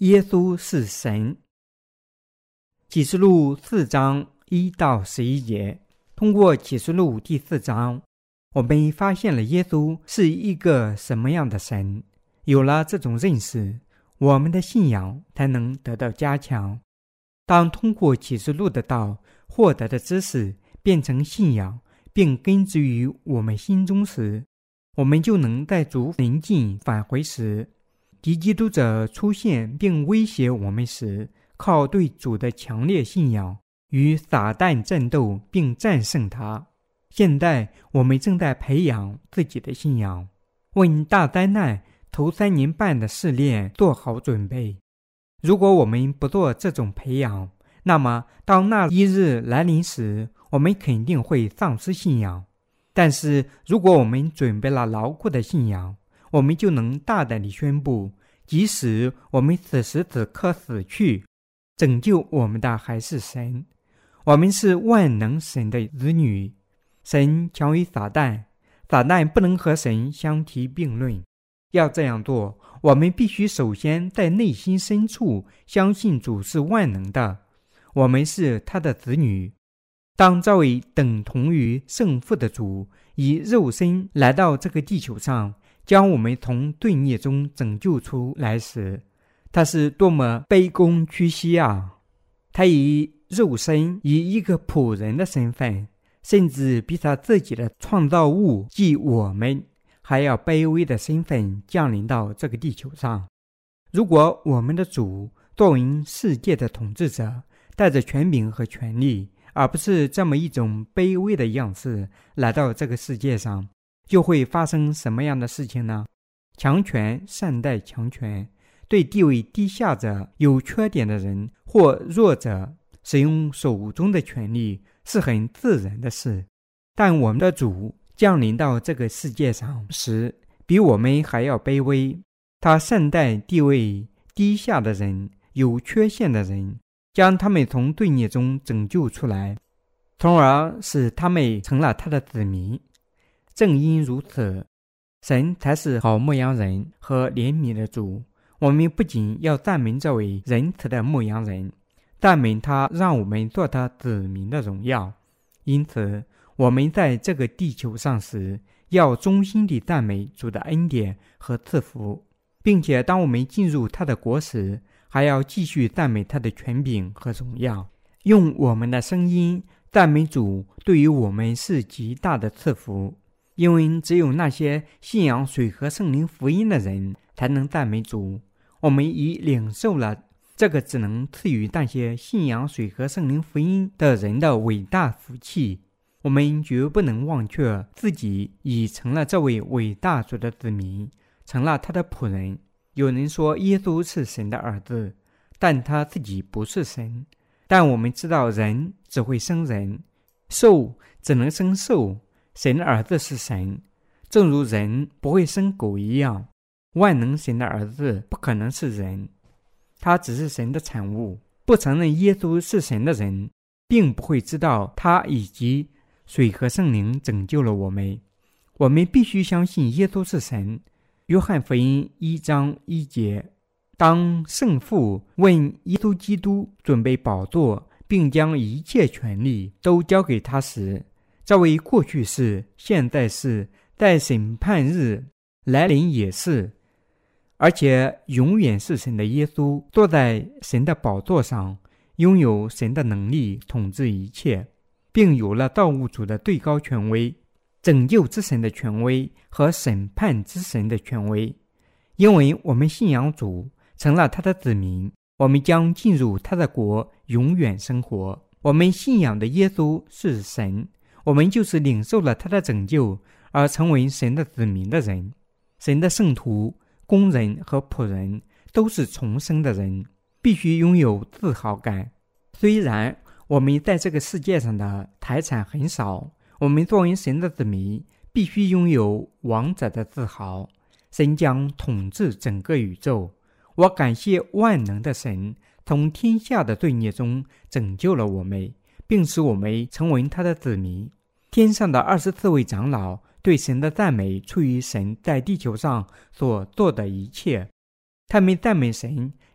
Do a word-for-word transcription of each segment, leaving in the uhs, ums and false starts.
耶稣是神。启示录四章一到十一节，通过启示录第四章，我们发现了耶稣是一个什么样的神。有了这种认识，我们的信仰才能得到加强。当通过启示录的道获得的知识变成信仰，并根植于我们心中时，我们就能在主临近返回时，敌基督者出现并威胁我们时，靠对主的强烈信仰与撒旦战斗并战胜他。现在我们正在培养自己的信仰，为大灾难头三年半的试炼做好准备。如果我们不做这种培养，那么当那一日来临时，我们肯定会丧失信仰。但是如果我们准备了牢固的信仰，我们就能大胆地宣布，即使我们此时此刻死去，拯救我们的还是神。我们是万能神的子女，神强于撒旦，撒旦不能和神相提并论。要这样做，我们必须首先在内心深处相信主是万能的，我们是他的子女。当这位等同于圣父的主以肉身来到这个地球上，将我们从罪孽中拯救出来时，他是多么卑躬屈膝啊！他以肉身，以一个仆人的身份，甚至比他自己的创造物即我们还要卑微的身份降临到这个地球上。如果我们的主作为世界的统治者，带着权柄和权力，而不是这么一种卑微的样式来到这个世界上，就会发生什么样的事情呢？强权善待强权，对地位低下者、有缺点的人或弱者使用手中的权力是很自然的事。但我们的主降临到这个世界上时，比我们还要卑微。他善待地位低下的人、有缺陷的人，将他们从罪孽中拯救出来，从而使他们成了他的子民。正因如此，神才是好牧羊人和怜悯的主。我们不仅要赞美这位仁慈的牧羊人，赞美他让我们做他子民的荣耀。因此，我们在这个地球上时，要衷心地赞美主的恩典和赐福，并且当我们进入他的国时，还要继续赞美他的权柄和荣耀，用我们的声音赞美主对于我们是极大的赐福。因为只有那些信仰水和圣灵福音的人才能赞美主。我们已领受了这个只能赐予那些信仰水和圣灵福音的人的伟大福气。我们绝不能忘却自己已成了这位伟大主的子民，成了他的仆人。有人说耶稣是神的儿子，但他自己不是神。但我们知道人只会生人，兽只能生兽，神的儿子是神，正如人不会生狗一样。万能神的儿子不可能是人，他只是神的产物。不承认耶稣是神的人，并不会知道他以及水和圣灵拯救了我们。我们必须相信耶稣是神。约翰福音一章一节，当圣父问耶稣基督准备宝座，并将一切权力都交给他时，这位过去是、现在是、在审判日来临也是，而且永远是神的耶稣坐在神的宝座上，拥有神的能力统治一切，并有了造物主的最高权威、拯救之神的权威和审判之神的权威。因为我们信仰主，成了他的子民，我们将进入他的国，永远生活。我们信仰的耶稣是神，我们就是领受了他的拯救而成为神的子民的人。神的圣徒、工人和仆人都是重生的人，必须拥有自豪感。虽然我们在这个世界上的财产很少，我们作为神的子民，必须拥有王者的自豪。神将统治整个宇宙。我感谢万能的神从天下的罪孽中拯救了我们，并使我们成为他的子民。天上的二十四位长老对神的赞美出于神在地球上所做的一切。他们赞美神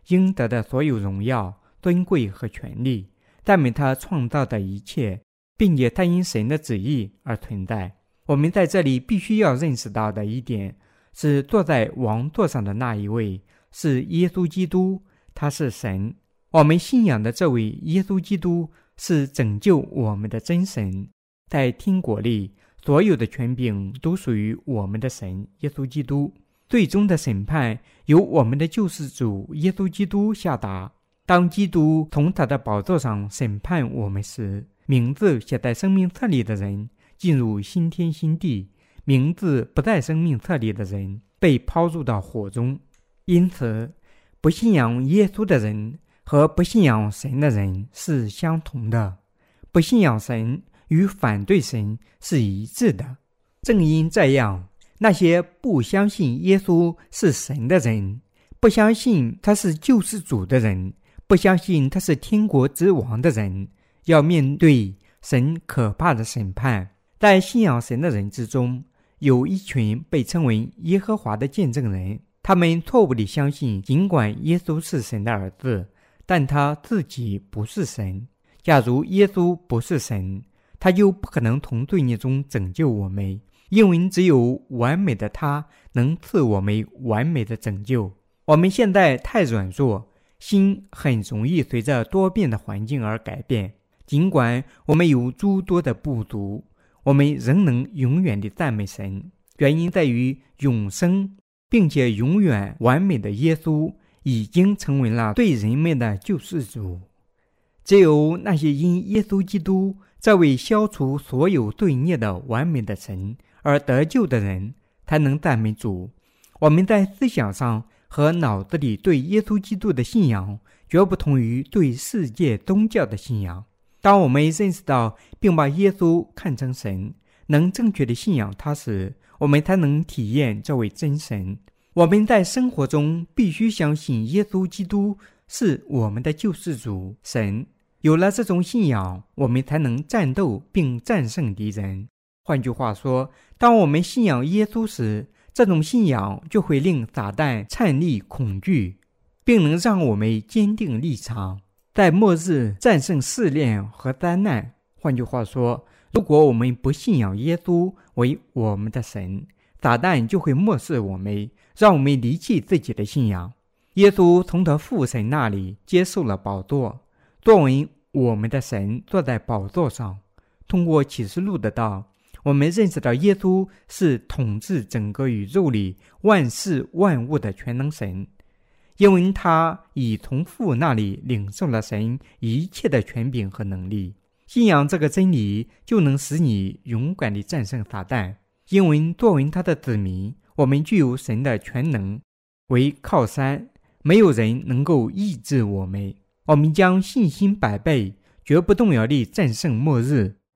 应得的所有荣耀、尊贵和权利，赞美他创造的一切，并且他因神的旨意而存在。我们在这里必须要认识到的一点是，坐在王座上的那一位是耶稣基督，他是神。我们信仰的这位耶稣基督是拯救我们的真神。在天国里，所有的权柄都属于我们的神耶稣基督。最终的审判由我们的救世主耶稣基督下达。当基督从他的宝座上审判我们时，名字写在生命册里的人进入新天新地，名字不在生命册里的人被抛入到火中。因此，不信仰耶稣的人和不信仰神的人是相同的。不信仰神与反对神是一致的。正因这样，那些不相信耶稣是神的人，不相信他是救世主的人，不相信他是天国之王的人，要面对神可怕的审判。在信仰神的人之中，有一群被称为耶和华的见证人，他们错误地相信，尽管耶稣是神的儿子，但他自己不是神。假如耶稣不是神，他就不可能从罪孽中拯救我们，因为只有完美的他能赐我们完美的拯救。我们现在太软弱，心很容易随着多变的环境而改变。尽管我们有诸多的不足，我们仍能永远地赞美神。原因在于永生并且永远完美的耶稣已经成为了对人们的救世主。只有那些因耶稣基督这位消除所有罪孽的完美的神而得救的人，才能赞美主。我们在思想上和脑子里对耶稣基督的信仰绝不同于对世界宗教的信仰。当我们认识到并把耶稣看成神，能正确的信仰他时，我们才能体验这位真神。我们在生活中必须相信耶稣基督是我们的救世主神。有了这种信仰，我们才能战斗并战胜敌人。换句话说，当我们信仰耶稣时，这种信仰就会令撒旦颤栗恐惧，并能让我们坚定立场，在末日战胜试炼和灾难。换句话说，如果我们不信仰耶稣为我们的神，撒旦就会漠视我们，让我们离弃自己的信仰。耶稣从他父神那里接受了宝座，作为我们的神坐在宝座上。通过启示录的道，我们认识到耶稣是统治整个宇宙里万事万物的全能神，因为他已从父那里领受了神一切的权柄和能力。信仰这个真理，就能使你勇敢地战胜撒旦，因为作为他的子民，我们具有神的全能为靠山，没有人能够抑制我们。我们将信心百倍，绝不动摇地战胜末日。